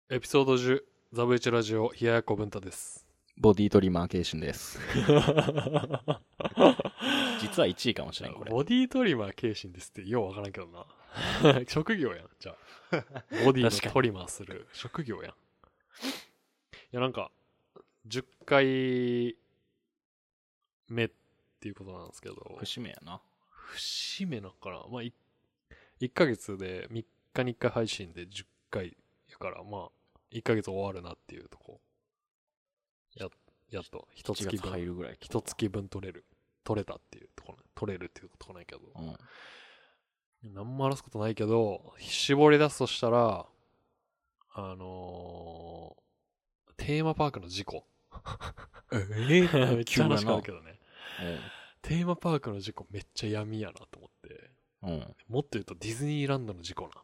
エピソード10ザブイチラジオ冷ややっこ文太ですボディトリマーケーションです。実は1位かもしれん、これ。 ボディトリマーケイシンですってようわからんけどな職業やん。じゃあボディのトリマーする職業やん。いやなんか10回目っていうことなんですけど、 節目やな。 節目なんかな。まあ 1ヶ月で3日に1回配信で10回やから、まあ1ヶ月終わるなっていうとこ。やっと一月 7月入分るぐらい。 一月分取れたっていうところ、取れるっていうところないけど、何も話すことないけど絞り出すとしたらテーマパークの事故めっちゃ話変わるけどね。テーマパークの事故めっちゃ闇やなと思って、もっと言うとディズニーランドの事故な。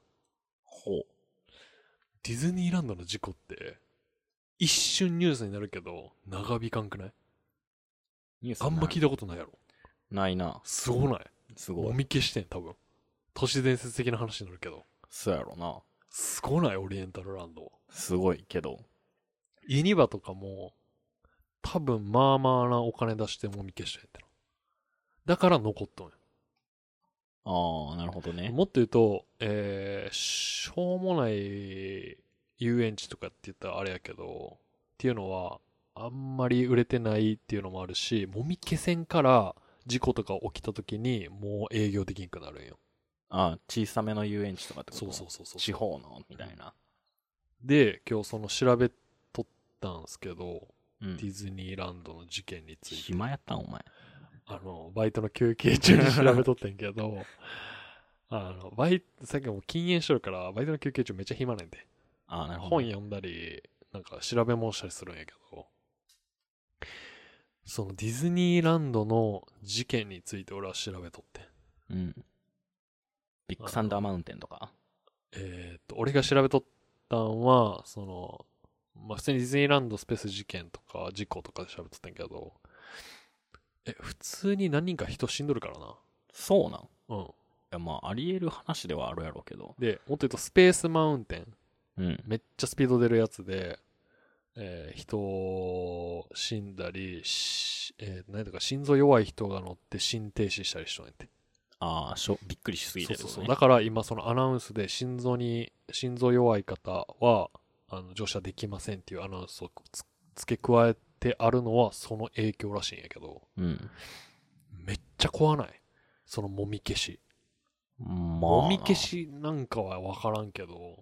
ディズニーランドの事故って一瞬ニュースになるけど長引かんくない？ ニュースあんま聞いたことないやろ。 ないな。 すごない？ すごい。 もみ消してん多分。都市伝説的な話になるけど。 そうやろな。 すごない？オリエンタルランド。 すごいけど。 ユニバとかも多分まあまあなお金出してもみ消してんってな。だから残っとんよ。 ああ、なるほどね。 もっと言うと、しょうもない遊園地とかって言ったらあれやけど、っていうのは、あんまり売れてないっていうのもあるし、もみ消せんから事故とか起きた時にもう営業できんくなるんよ。 ああ、小さめの遊園地とかってこと？ そう。 地方のみたいな。 で、今日その調べとったんすけど、 うん。 ディズニーランドの事件について。 暇やったんお前。 バイトの休憩中に調べとってんけど、さっきも禁煙しとるから、バイトの休憩中めっちゃ暇なんで。 ああ、なるほど。 本読んだり、なんか調べ物したりするんやけど、そのディズニーランドの事件について俺は調べとって。 うん。ビッグサンダーマウンテンとか。 俺が調べとったんは、まあ、普通にディズニーランドスペース事件とか事故とかで調べとったんやけど、普通に何人か人死んどるからな。 そうなん？ うん。 いや、まあ、あり得る話ではあるやろうけど。 で、もっと言うとスペースマウンテン。 うん。 めっちゃスピード出るやつで、人死んだり、何とか心臓弱い人が乗って心停止したりしとんねんて。 ああ、びっくりしすぎてるね。 そう。だから今そのアナウンスで心臓弱い方は、乗車できませんっていうアナウンスを付け加えてあるのはその影響らしいんやけど、 うん。 めっちゃ怖ない？そのもみ消し。 まあ。 もみ消しなんかはわからんけど、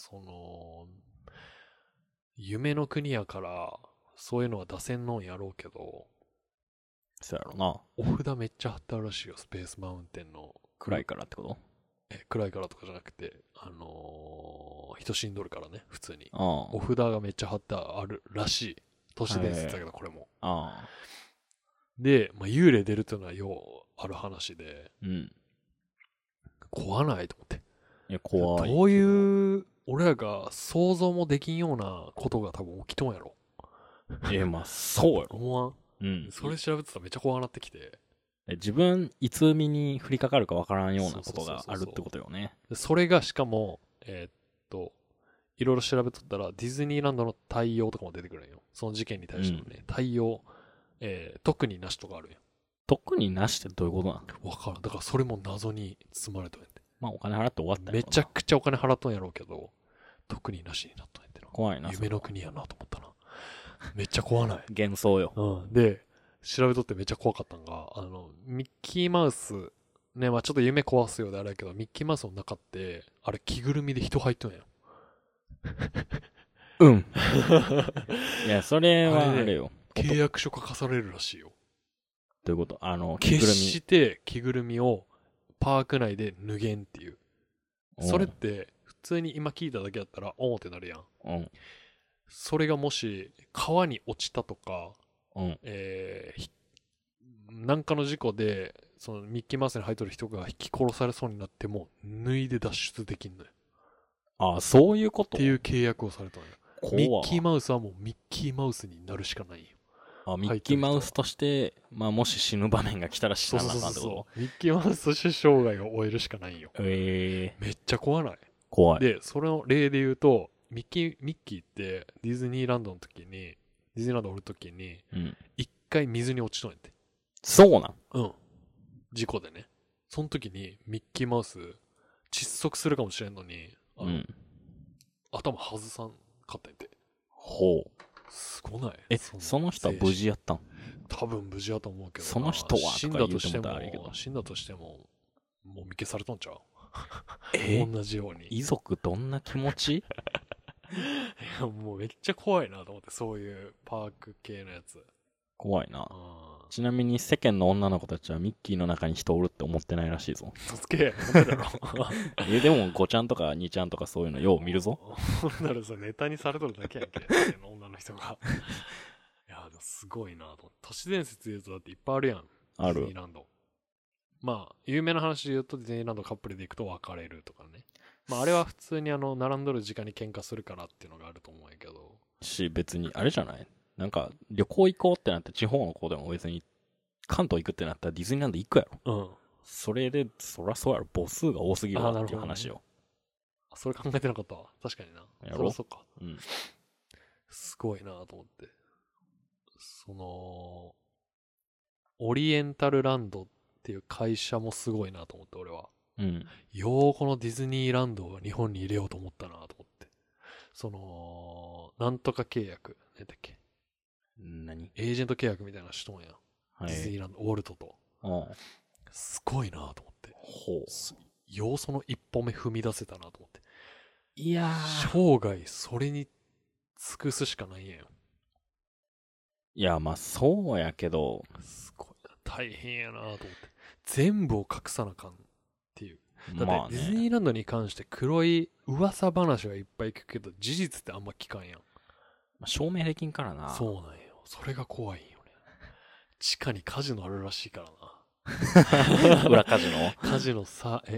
夢の国やからそういうのは出せんのんやろうけど、 そうやろな。 お札めっちゃ貼ってあるらしいよ。スペースマウンテンの暗いからってこと？ 暗いからとかじゃなくて、人死んどるからね、普通に。 ああ。 お札がめっちゃ貼ってあるらしい。都市伝説だけど、これも。 ああ。 で、まあ、幽霊出るっていうのはようある話で、 うん。 怖ないと思って。 いや、怖い。 どういう、俺らが想像もできんようなことが多分起きとんやろ。 まあ、そうやろ。 思わん？ うん。 それ調べてたらめっちゃ怖なってきて。 自分、いつ身に降りかかるかわからんようなことがあるってことよね。 それがしかも、いろいろ調べとったら、ディズニーランドの対応とかも出てくるんよ。その事件に対してのね、対応、特になしとかあるんよ。 特になしってどういうことなの？ わからん。だからそれも謎に包まれとんやって。 まあ、お金払って終わったんやろな。 めちゃくちゃお金払っとんやろうけど、特になしになっとんやってな。 怖いな。 夢の国やなと思ったな。めっちゃ怖ない？ 幻想よ。 うん。で、調べとってめっちゃ怖かったんが、ミッキーマウス、ね、まあちょっと夢壊すようであれやけど、ミッキーマウスの中って、あれ着ぐるみで人入っとんやん。 うん。いや、それはあれよ。 契約書書かされるらしいよ。 どういうこと？ 決して着ぐるみをパーク内で脱げんっていう。それって普通に今聞いただけだったらオーってなるやん。 うん。 それがもし川に落ちたとか、 うん。 なんかの事故でそのミッキーマウスに入っとる人が引き殺されそうになっても脱いで脱出できんのよ。 ああ、そういうことっていう契約をされたのよ。ミッキーマウスはもうミッキーマウスになるしかないよ。 あ、ミッキーマウスとして、まあもし死ぬ場面が来たら死ななあかんってこと？ そう。ミッキーマウスとして生涯を終えるしかないよ。めっちゃ怖ない？ 怖い。 で、それの例で言うと、 ミッキーってディズニーランドの時に、ディズニーランドおる時に、一回水に落ちとんやって。 そうなん？ うん。事故でね。その時にミッキーマウス窒息するかもしれんのに、頭外さんかったんやって。 ほう。 すごない？ その人は無事やったん？ 多分無事やと思うけどな。 その人は死んだとしても、もう見消されとんちゃう？同じように。 遺族どんな気持ち？いや、もうめっちゃ怖いなと思って、そういうパーク系のやつ。 怖いな。ちなみに世間の女の子たちはミッキーの中に人おるって思ってないらしいぞ。 嘘つけ。なんでだろでも5ちゃんとか2ちゃんとかそういうのよう見るぞ。 ほんならさ、ネタにされとるだけやんけ。女の人が。いや、すごいなと思って。都市伝説言うとだっていっぱいあるやん。 ある。 ディズニーランド。まあ、有名な話で言うとディズニーランドカップルで行くと別れるとかね。まあ、あれは普通に並んどる時間に喧嘩するからっていうのがあると思うんやけど。 別にあれじゃない？なんか旅行行こうってなって地方の子でも別に関東行くってなったらディズニーランド行くやろ。それで、そらそうやろ。母数が多すぎるわっていう話よ。 それ考えてなかったわ。確かにな。 やろ？ そうか。すごいなと思って。オリエンタルランドっていう会社もすごいなと思って、俺は。ようこのディズニーランドを日本に入れようと思ったなと思って。なんとか契約。何だっけ？ 何？ エージェント契約みたいなしとんや。ディズニーランド、ウォルトと。すごいなと思って。ようその一歩目踏み出せたなと思って。 いやー。生涯それに尽くすしかないんやよ。 いや、まあそうやけど。 すごいな。大変やなと思って。全部を隠さなあかんっていう。だってディズニーランドに関して黒い噂話はいっぱい聞くけど、事実ってあんま聞かんやん。 証明できんからな。 そうなんよ。それが怖いんよね。地下にカジノあるらしいからな。裏カジノ？ カジノ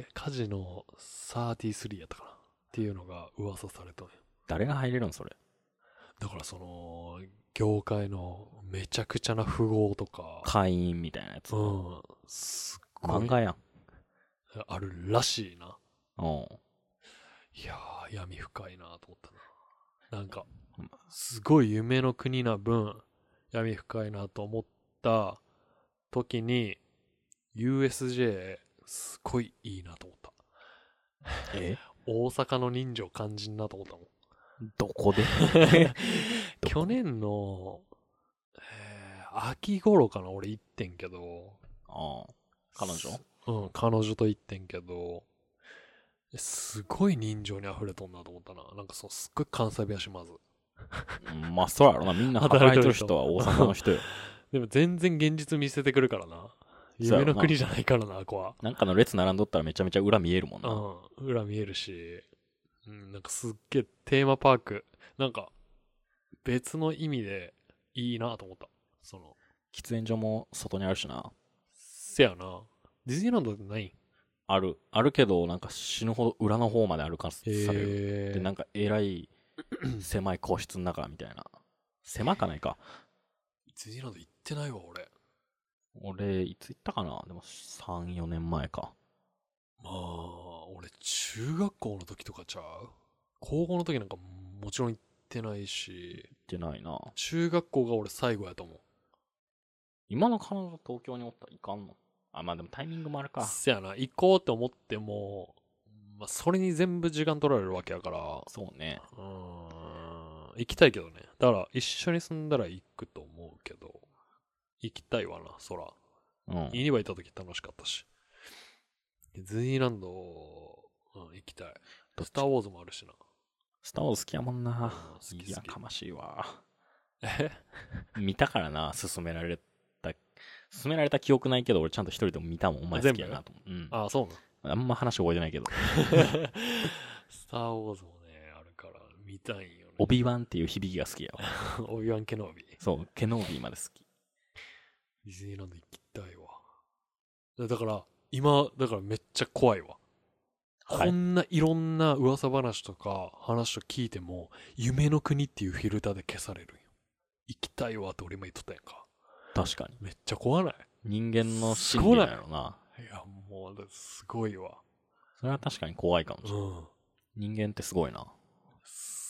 33やったかなっていうのが噂されたんよ。 誰が入れるんそれ？ だから業界のめちゃくちゃな富豪とか。 会員みたいなやつ。 すっごい。 漫画やん。 あるらしいな。いやー、闇深いなと思ったな。なんか、すごい夢の国な分、闇深いなと思った時に、USJ、すごいいいなと思った。大阪の人情感じんなと思ったもん。 どこで？ 去年の、秋頃かな、俺行ってんけど。 彼女？ 彼女と行ってんけど、すごい人情に溢れとんなと思ったな。なんかすっごい関西弁やし、まず。 まあそうやろな。みんな働いてる人は大阪の人よ。 でも全然現実見せてくるからな。夢の国じゃないからな、こは。 なんかの列並んどったらめちゃめちゃ裏見えるもんな。 裏見えるし、なんかすっげえテーマパーク、なんか別の意味でいいなと思った。 喫煙所も外にあるしな。 せやな。ディズニーランドってない？ あるけど、なんか死ぬほど裏の方まで歩かされる。で、なんかえらい狭い個室の中みたいな。狭かないか。 ディズニーランド行ってないわ、 俺、いつ行ったかな？でも3、4年前か。 まあ、俺中学校の時とかちゃう？高校の時なんかもちろん行ってないし。 行ってないな。 中学校が俺最後やと思う。 今の彼女東京におったらいかんの？まあでもタイミングもあるか。 せやな、行こうって思っても、まあそれに全部時間取られるわけやから。 そうね。 行きたいけどね。だから一緒に住んだら行くと思うけど、行きたいわな、そら。家には行った時楽しかったし。ディズニーランド、行きたい。スターウォーズもあるしな。 スターウォーズ好きやもんな。いやかましいわ。見たからな、勧められた記憶ないけど、俺ちゃんと一人でも見たもん。お前好きやなと思う。そうな。あんま話覚えてないけど。 スターウォーズもね、あるから見たいんよね。 オビワンっていう響きが好きやわ。 オビワン・ケノービー。 そう、ケノービーまで好き。 ディズニーランド行きたいわ。だからめっちゃ怖いわ。こんないろんな噂話とか話を聞いても、夢の国っていうフィルターで消されるんよ。行きたいわって俺今言っとったやんか。 確かに。 めっちゃ怖ない？ 人間の心理なんやろな。 いや、もう、すごいわ。 それは確かに怖いかもしれない。人間ってすごいな。 す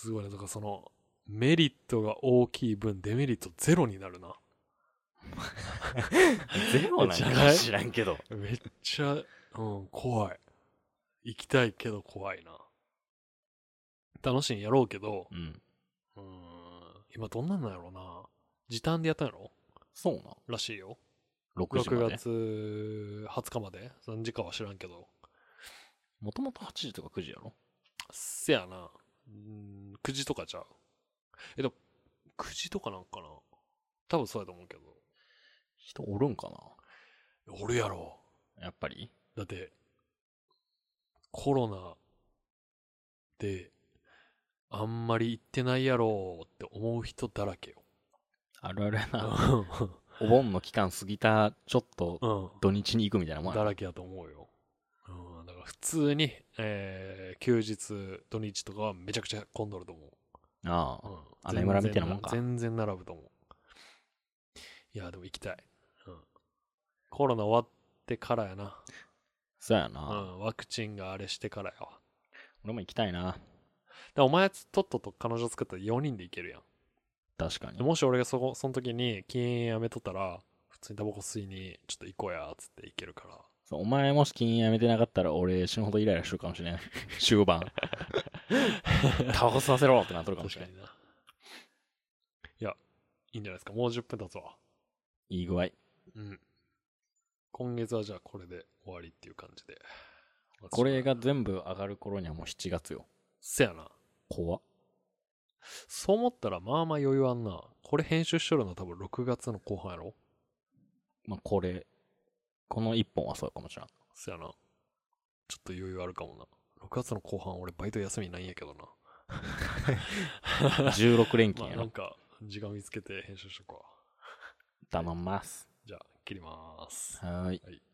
すごいね。だからその、メリットが大きい分、デメリットゼロになるな。 ゼロなんか知らんけど。 めっちゃ、怖い。行きたいけど怖いな。楽しいんやろうけど、今どんなんなんやろうな。時短でやったんやろ？ そうなんらしいよ。 6時まで。 6月20日まで何時かは知らんけど。 もともと8時とか9時やろ？ せやな。9時とかちゃう。でも、9時とかなんかな。多分そうやと思うけど。 人おるんかな？ おるやろ。 やっぱり？ だって、コロナで、あんまり行ってないやろって思う人だらけよ。 あるあるやな。お盆の期間過ぎた、ちょっと土日に行くみたいなもんやだらけやと思うよ。だから普通に、休日、土日とかはめちゃくちゃ混んどると思う。 ああ、雨村みたいなもんか。 全然並ぶと思う。いや、でも行きたい。コロナ終わってからやな。 そうやな。 ワクチンがあれしてからやわ。 俺も行きたいな。 お前とっとと彼女作ったら4人で行けるやん。 確かに。 もし俺がその時に禁煙やめとったら、普通にタバコ吸いにちょっと行こうや、つって行けるから。 そう、お前もし禁煙やめてなかったら俺死ぬほどイライラするかもしれん。終盤。タバコ吸わせろってなっとるかもしれん。確かにな。 いや、いいんじゃないですか。もう10分経つわ。 いい具合。 今月はじゃあこれで終わりっていう感じで。 これが全部上がる頃にはもう7月よ。 せやな。 怖っ。 そう思ったらまあまあ余裕あんな。これ編集しとるの多分6月の後半やろ？ まあこの1本はそうかもしれん。 せやな。ちょっと余裕あるかもな。6月の後半俺バイト休みないんやけどな。 16連勤やろ。 なんか時間見つけて編集しとくわ。 頼んます。 じゃあ切ります。 はい。